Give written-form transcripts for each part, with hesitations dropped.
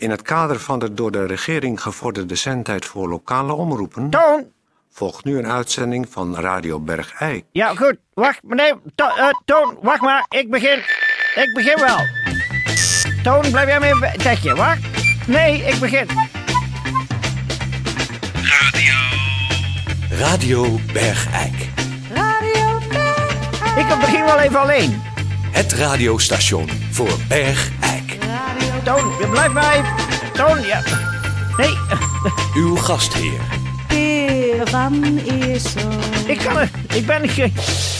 In het kader van de door de regering gevorderde zendtijd voor lokale omroepen... Toon! volgt nu een uitzending van Radio Bergijk. Ja, goed. Wacht, meneer. Toon, wacht maar. Ik begin wel. Toon, blijf jij mee zeg je. Wacht. Nee, ik begin. Radio Bergijk. Radio Bergijk. Ik begin wel even alleen. Het radiostation voor Bergijk. Toon, je blijft mij. Toon, ja. Nee. Uw gastheer. Peer van Eersel. Ik ben geen...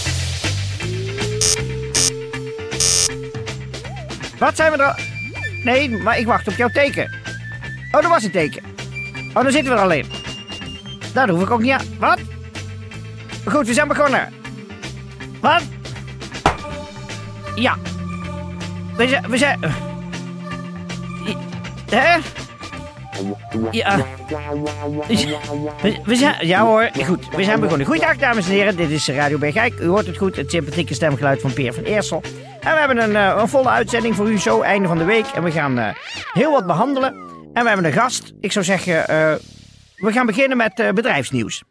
Wat zijn we er... Nee, maar ik wacht op jouw teken. Oh, dat was het teken. Oh, dan zitten we er alleen. Daar hoef ik ook niet aan. Wat? Goed, we zijn begonnen. Wat? Ja. We zijn... Hè? Ja. We zijn... Ja hoor, goed. We zijn begonnen. Goeiedag, dames en heren. Dit is Radio Bergijk. U hoort het goed. Het sympathieke stemgeluid van Peer van Eersel. En we hebben een volle uitzending voor u zo, einde van de week. En we gaan heel wat behandelen. En we hebben een gast. Ik zou zeggen, we gaan beginnen met bedrijfsnieuws.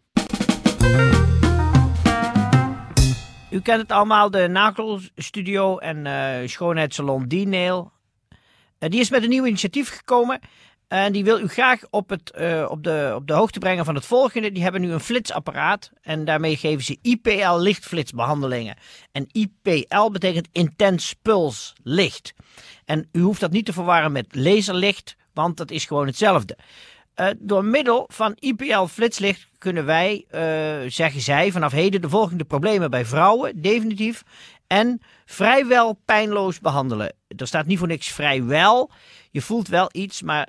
U kent het allemaal, de nagelstudio en schoonheidssalon D-Nail. Die is met een nieuw initiatief gekomen. En die wil u graag op de hoogte brengen van het volgende. Die hebben nu een flitsapparaat. En daarmee geven ze IPL lichtflitsbehandelingen. En IPL betekent Intense Pulse Licht. En u hoeft dat niet te verwarren met laserlicht, want dat is gewoon hetzelfde. Door middel van IPL flitslicht kunnen wij, zeggen zij, vanaf heden de volgende problemen bij vrouwen, definitief, en vrijwel pijnloos behandelen. Er staat niet voor niks vrijwel. Je voelt wel iets, maar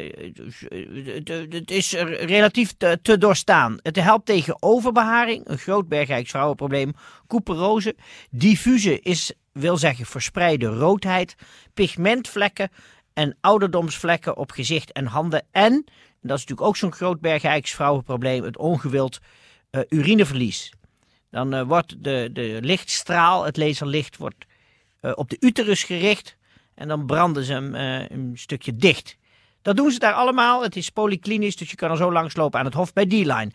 het is relatief te doorstaan. Het helpt tegen overbeharing, een groot Bergijks vrouwenprobleem, couperose. Diffuse wil zeggen verspreide roodheid, pigmentvlekken en ouderdomsvlekken op gezicht en handen. En dat is natuurlijk ook zo'n groot Bergijks vrouwenprobleem, het ongewild urineverlies. Dan wordt de lichtstraal, het laserlicht, wordt op de uterus gericht. En dan branden ze hem een stukje dicht. Dat doen ze daar allemaal. Het is polyklinisch, dus je kan er zo langs lopen aan het Hof bij D-Line.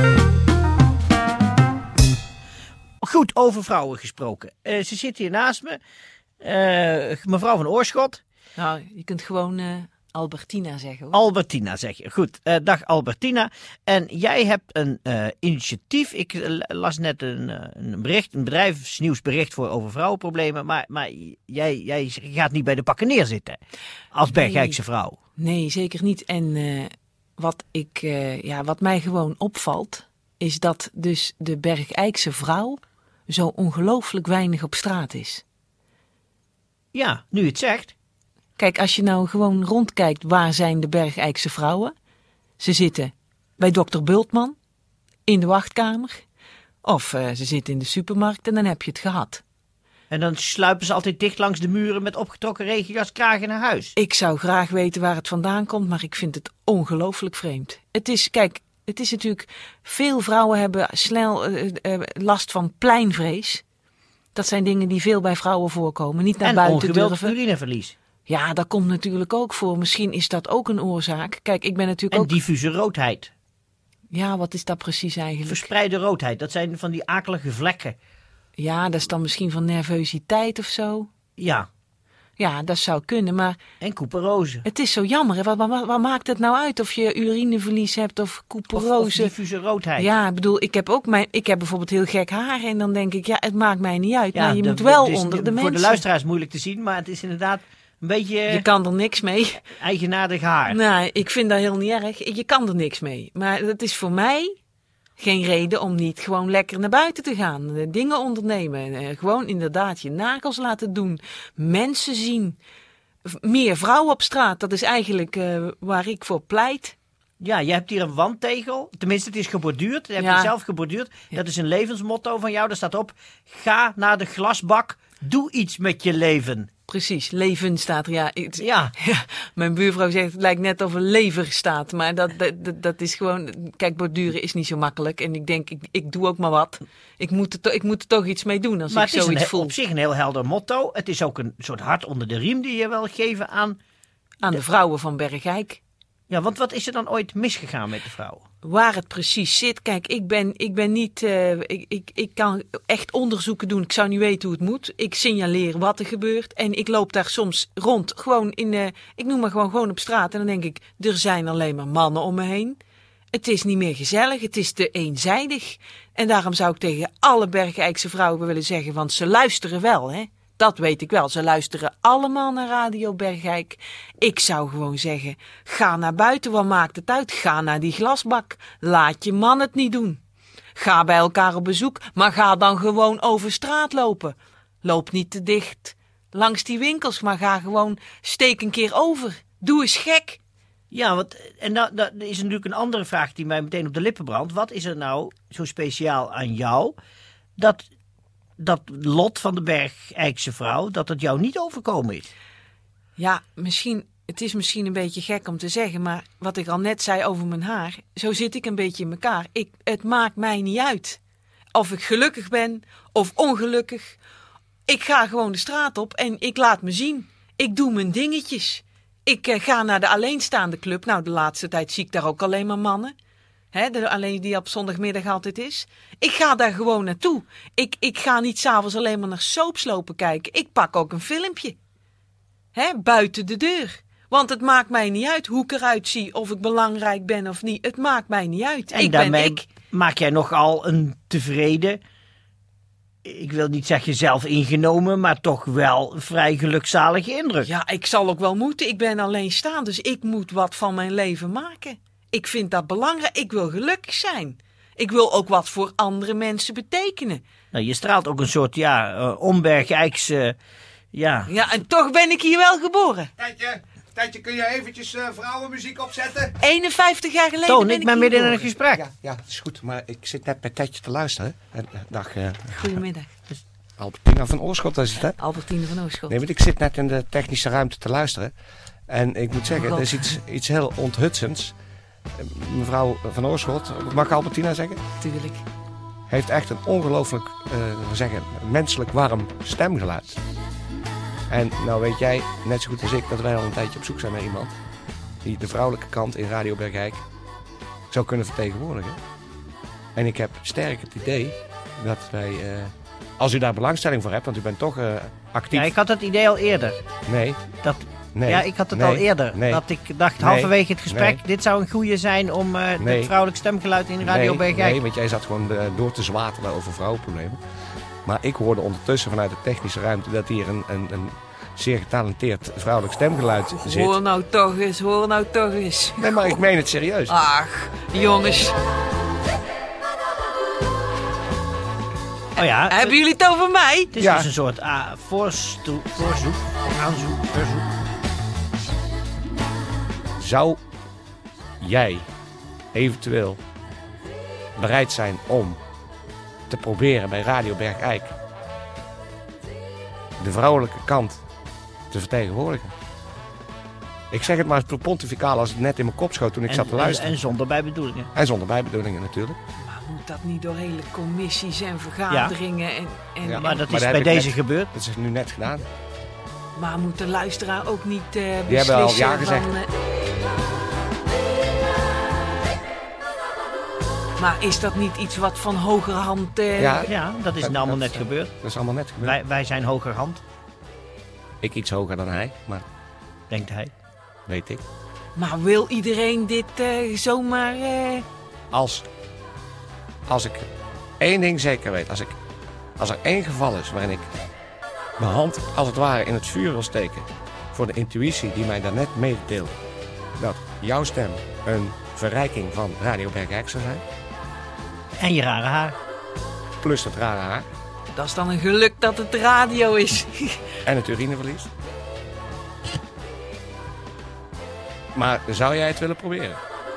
Goed, over vrouwen gesproken. Ze zit hier naast me. Mevrouw van Oorschot. Nou, je kunt gewoon Albertina zeggen, hoor. Albertina zeg je. Goed, dag Albertina. En jij hebt een initiatief. Ik las net een bedrijfsnieuwsbericht over vrouwenproblemen. Maar jij gaat niet bij de pakken neerzitten als Bergijkse vrouw. Nee, zeker niet. En wat mij gewoon opvalt, is dat dus de Bergijkse vrouw zo ongelooflijk weinig op straat is. Ja, nu je het zegt. Kijk, als je nou gewoon rondkijkt, waar zijn de Bergijkse vrouwen? Ze zitten bij dokter Bultman, in de wachtkamer, of ze zitten in de supermarkt en dan heb je het gehad. En dan sluipen ze altijd dicht langs de muren met opgetrokken regenjaskragen naar huis. Ik zou graag weten waar het vandaan komt, maar ik vind het ongelooflijk vreemd. Het is natuurlijk, veel vrouwen hebben snel last van pleinvrees. Dat zijn dingen die veel bij vrouwen voorkomen, niet naar buiten durven. En ongewild urineverlies. Ja, dat komt natuurlijk ook voor. Misschien is dat ook een oorzaak. Kijk, ik ben natuurlijk en diffuse roodheid. Ja, wat is dat precies eigenlijk? Verspreide roodheid, dat zijn van die akelige vlekken. Ja, dat is dan misschien van nervositeit of zo. Ja. Ja, dat zou kunnen, maar... En couperose. Het is zo jammer, hè? Wat maakt het nou uit of je urineverlies hebt of couperose? Of diffuse roodheid. Ja, ik bedoel, ik heb bijvoorbeeld heel gek haar en dan denk ik, ja, het maakt mij niet uit. Ja, maar je moet wel onder de mensen. Voor de luisteraars moeilijk te zien, maar het is inderdaad... Een beetje... Je kan er niks mee. Eigenaardig haar. Nee, ik vind dat heel niet erg. Je kan er niks mee. Maar dat is voor mij geen reden om niet gewoon lekker naar buiten te gaan. Dingen ondernemen. Gewoon inderdaad je nagels laten doen. Mensen zien. Meer vrouwen op straat. Dat is eigenlijk waar ik voor pleit. Ja, je hebt hier een wandtegel. Tenminste, het is geborduurd. Dat heb je zelf geborduurd. Ja. Dat is een levensmotto van jou. Daar staat op: ga naar de glasbak. Doe iets met je leven. Precies, leven staat er, ja. Mijn buurvrouw zegt, het lijkt net of een lever staat. Maar dat is gewoon, kijk, borduren is niet zo makkelijk. En ik denk, ik doe ook maar wat. Ik moet er toch iets mee doen als ik zoiets voel. Maar het is op zich een heel helder motto. Het is ook een soort hart onder de riem die je wil geven aan aan de vrouwen van Bergijk. Ja, want wat is er dan ooit misgegaan met de vrouwen? Waar het precies zit. Kijk, ik ben niet. Ik kan echt onderzoeken doen. Ik zou niet weten hoe het moet. Ik signaleer wat er gebeurt. En ik loop daar soms rond. Gewoon ik noem maar gewoon op straat. En dan denk ik, er zijn alleen maar mannen om me heen. Het is niet meer gezellig. Het is te eenzijdig. En daarom zou ik tegen alle Bergijkse vrouwen willen zeggen, want ze luisteren wel, hè. Dat weet ik wel. Ze luisteren allemaal naar Radio Bergijk. Ik zou gewoon zeggen, ga naar buiten, wat maakt het uit? Ga naar die glasbak. Laat je man het niet doen. Ga bij elkaar op bezoek, maar ga dan gewoon over straat lopen. Loop niet te dicht langs die winkels, maar ga gewoon, steek een keer over. Doe eens gek. Ja, en dat is natuurlijk een andere vraag die mij meteen op de lippen brandt. Wat is er nou zo speciaal aan jou dat lot van de Bergijkse vrouw, dat het jou niet overkomen is? Ja, het is misschien een beetje gek om te zeggen, maar wat ik al net zei over mijn haar, zo zit ik een beetje in elkaar. Het maakt mij niet uit of ik gelukkig ben of ongelukkig. Ik ga gewoon de straat op en ik laat me zien. Ik doe mijn dingetjes. Ik ga naar de alleenstaande club. Nou, de laatste tijd zie ik daar ook alleen maar mannen. Alleen die op zondagmiddag altijd is. Ik ga daar gewoon naartoe. Ik ga niet 's avonds alleen maar naar soaps lopen kijken. Ik pak ook een filmpje. Buiten de deur. Want het maakt mij niet uit hoe ik eruit zie, of ik belangrijk ben of niet. Het maakt mij niet uit. En daarmee maak jij nogal een tevreden, ik wil niet zeggen zelf ingenomen, maar toch wel een vrij gelukzalige indruk. Ja, ik zal ook wel moeten. Ik ben alleenstaand, dus ik moet wat van mijn leven maken. Ik vind dat belangrijk. Ik wil gelukkig zijn. Ik wil ook wat voor andere mensen betekenen. Nou, je straalt ook een soort, onbergijkse, Ja, en toch ben ik hier wel geboren. Tijdje, kun je eventjes vrouwenmuziek opzetten? 51 jaar geleden Toon, ben ik ben midden in een gesprek. Ja, dat is goed. Maar ik zit net bij Tijdje te luisteren. Dag. Goedemiddag. Albertina van Oorschot is het, hè? Albertine van Oorschot. Nee, want ik zit net in de technische ruimte te luisteren. En ik moet zeggen, er is iets heel onthutsends. Mevrouw van Oorschot, mag ik Albertina zeggen? Tuurlijk. Heeft echt een ongelooflijk, menselijk warm stemgeluid. En nou weet jij, net zo goed als ik, dat wij al een tijdje op zoek zijn naar iemand die de vrouwelijke kant in Radio Bergijk zou kunnen vertegenwoordigen. En ik heb sterk het idee dat wij, als u daar belangstelling voor hebt, want u bent toch actief. Ja, ik had het idee al eerder. Nee. Ik had het al eerder. Nee. Dat ik dacht, halverwege het gesprek, dit zou een goeie zijn om het vrouwelijk stemgeluid in Radio Bergijk. Nee, want jij zat gewoon door te zwatelen over vrouwenproblemen. Maar ik hoorde ondertussen vanuit de technische ruimte dat hier een zeer getalenteerd vrouwelijk stemgeluid zit. Hoor nou toch eens. Nee, maar ik meen het serieus. Ach, jongens. Oh ja. Hebben jullie het over mij? Het is dus een soort verzoek. Zou jij eventueel bereid zijn om te proberen bij Radio Bergijk de vrouwelijke kant te vertegenwoordigen? Ik zeg het maar pontificaal als het net in mijn kop schoot toen ik zat te luisteren. En zonder bijbedoelingen. En zonder bijbedoelingen natuurlijk. Maar moet dat niet door hele commissies en vergaderingen? Ja, maar dat is bij deze gebeurd. Dat is nu net gedaan. Maar moet de luisteraar ook niet beslissen? Die hebben al ja gezegd. Maar is dat niet iets wat van hogerhand... Ja, dat is allemaal net gebeurd. Dat is allemaal net gebeurd. Wij zijn hogerhand. Ik iets hoger dan hij, maar... Denkt hij. Weet ik. Maar wil iedereen dit zomaar... Als ik één ding zeker weet. Als er één geval is waarin ik mijn hand als het ware in het vuur wil steken... voor de intuïtie die mij daarnet meedeelde... dat jouw stem een verrijking van Radio Bergijk zou zijn... En je rare haar. Plus het rare haar. Dat is dan een geluk dat het radio is. En het urineverlies. Maar zou jij het willen proberen?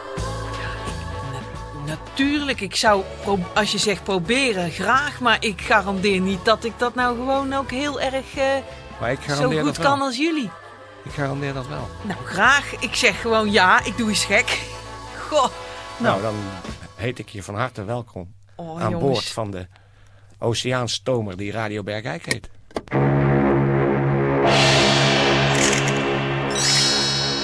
Natuurlijk, ik zou, als je zegt proberen, graag. Maar ik garandeer niet dat ik dat nou gewoon ook heel erg zo goed kan als jullie. Ik garandeer dat wel. Nou, graag. Ik zeg gewoon ja, ik doe eens gek. Goh. Nou, dan heet ik je van harte welkom aan boord van de oceaanstomer die Radio Bergijk heet.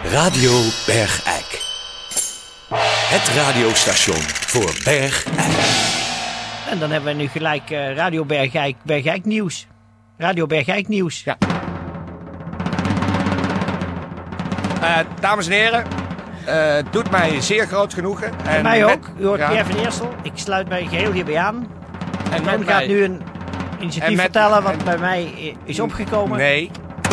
Radio Bergijk. Het radiostation voor Bergijk. En dan hebben we nu gelijk Radio Bergijk nieuws. Radio Bergijk nieuws. Ja. Dames en heren, het doet mij zeer groot genoegen. En mij ook. U hoort ja. Pierre van Eersel. Ik sluit mij geheel hierbij aan. En Men met gaat mij- nu een initiatief vertellen wat bij mij is opgekomen. Nee.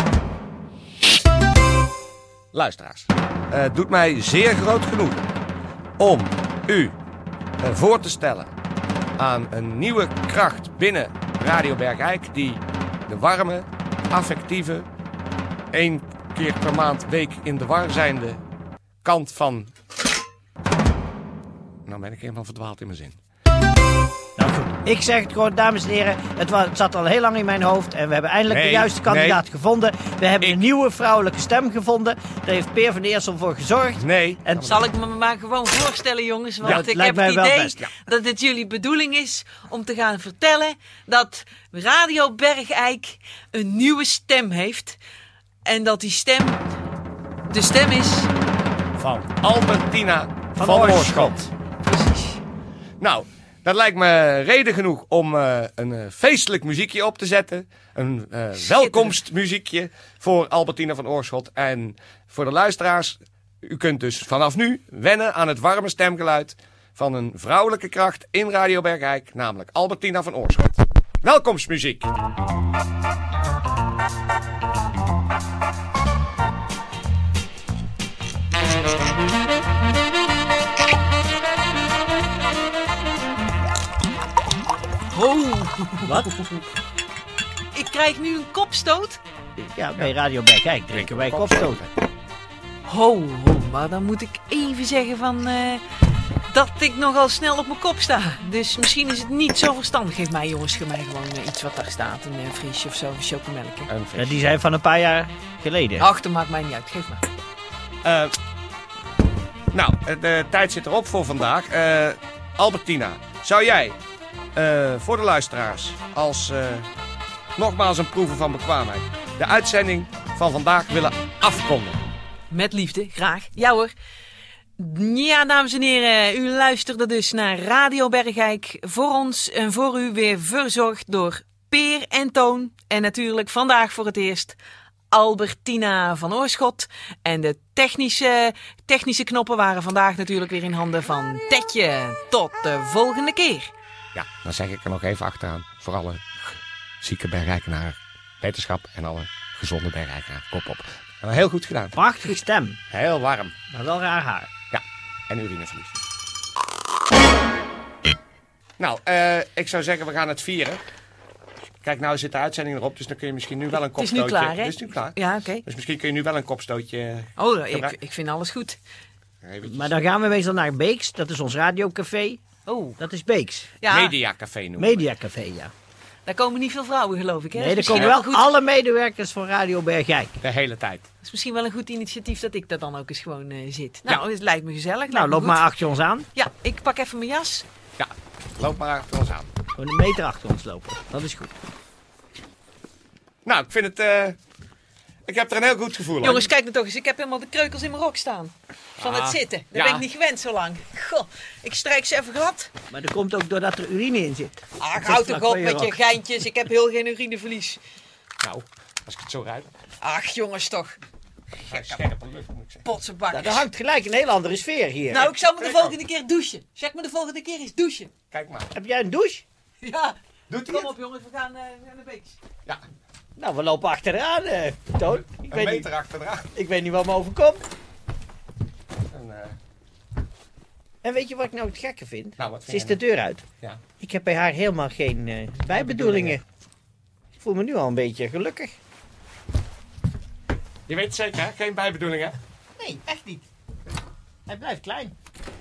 Luisteraars, het doet mij zeer groot genoegen om u voor te stellen aan een nieuwe kracht binnen Radio Bergijk die de warme, affectieve, 1 keer per maand week in de war zijnde kant van... Nou ben ik helemaal verdwaald in mijn zin. Nou goed, ik zeg het gewoon, dames en heren. Het zat al heel lang in mijn hoofd. En we hebben eindelijk de juiste kandidaat gevonden. We hebben een nieuwe vrouwelijke stem gevonden. Daar heeft Peer van Eersel voor gezorgd. Nee. En Zal ik me maar gewoon voorstellen, jongens? Want Ja, het ik lijkt heb het mij wel idee best, ja. dat het jullie bedoeling is om te gaan vertellen dat Radio Bergijk een nieuwe stem heeft. En dat die stem de stem is... Van Albertina Van van Oorschot. Oorschot. Precies. Nou, dat lijkt me reden genoeg om een feestelijk muziekje op te zetten. Een welkomstmuziekje voor Albertina van Oorschot. En voor de luisteraars, u kunt dus vanaf nu wennen aan het warme stemgeluid van een vrouwelijke kracht in Radio Bergijk, namelijk Albertina van Oorschot. Welkomstmuziek. wat? Ik krijg nu een kopstoot. Ja, bij Radio Bergijk drinken wij kopstoten. Ho, maar dan moet ik even zeggen van... dat ik nogal snel op mijn kop sta. Dus misschien is het niet zo verstandig. Geef mij jongens, geef mij gewoon iets wat daar staat. Een frisje of zo, een chocomelkje. Ja, die zijn van een paar jaar geleden. Ach, dat maakt mij niet uit. Geef maar. Nou, de tijd zit erop voor vandaag. Albertina, zou jij voor de luisteraars als nogmaals een proeven van bekwaamheid de uitzending van vandaag willen afkondigen? Met liefde, graag. Ja hoor. Ja, dames en heren, u luisterde dus naar Radio Bergijk. Voor ons en voor u weer verzorgd door Peer en Toon. En natuurlijk vandaag voor het eerst Albertina van Oorschot. En de technische knoppen waren vandaag natuurlijk weer in handen van Tetje. Tot de volgende keer. Ja, dan zeg ik er nog even achteraan. Voor alle zieke Bergijkenaren, wetenschap en alle gezonde Bergijkenaren. Kop op. En heel goed gedaan. Prachtige stem, Heel warm. maar wel raar haar. Ja, en urineverlies. Nou, ik zou zeggen, we gaan het vieren. Kijk, nou zit de uitzending erop, dus dan kun je misschien nu wel een Het is kopstootje... nu klaar, hè? Het is nu klaar. Ja, oké. Dus misschien kun je nu wel een kopstootje... Oh, ik vind alles goed. eventjes- Maar dan gaan we meestal naar Beeks. Dat is ons radiocafé. Oh, Dat is Beeks. ja. Mediacafé noemen we. Mediacafé, ja. Daar komen niet veel vrouwen, geloof ik. Hè? Nee, Dat er is komen misschien wel goed. alle medewerkers van Radio Bergijk. De hele tijd. Dat is misschien wel een goed initiatief dat ik daar dan ook eens gewoon zit. Nou, het lijkt me gezellig. Nou, lijkt me loop goed. maar achter ons aan. Ja, ik pak even mijn jas. Ja, loop maar achter ons aan. Gewoon een meter achter ons lopen. Dat is goed. Nou, ik vind het... ik heb er een heel goed gevoel aan. Jongens, kijk nou toch eens. Ik heb helemaal de kreukels in mijn rok staan. Van het zitten. Dat ja. ben ik niet gewend zo lang. Goh, ik strijk ze even glad. Maar dat komt ook doordat er urine in zit. Ach, zit houd vlak toch op bij je met je rok. geintjes. Ik heb heel geen urineverlies. Nou, als ik het zo ruik. Ach, jongens toch. Scherpe lucht, moet ik zeggen. Potsenbakkers. Nou, er hangt gelijk een heel andere sfeer hier. Nou, ik zal me de volgende keer douchen. Zeg me de volgende keer eens douchen. Kijk maar. Heb jij een douche? Ja. Doet hij Kom het? op jongens, we gaan naar de beeks. Ja, Nou, we lopen achteraan, Toon. een meter achteraan. Ik weet niet wat me overkomt. En, En weet je wat ik nou het gekke vind? nou, wat Ze vind is je de deur uit. Ja. Ik heb bij haar helemaal geen bijbedoelingen. Ik voel me nu al een beetje gelukkig. Je weet het zeker, hè? Geen bijbedoeling, hè? Nee, echt niet. Hij blijft klein.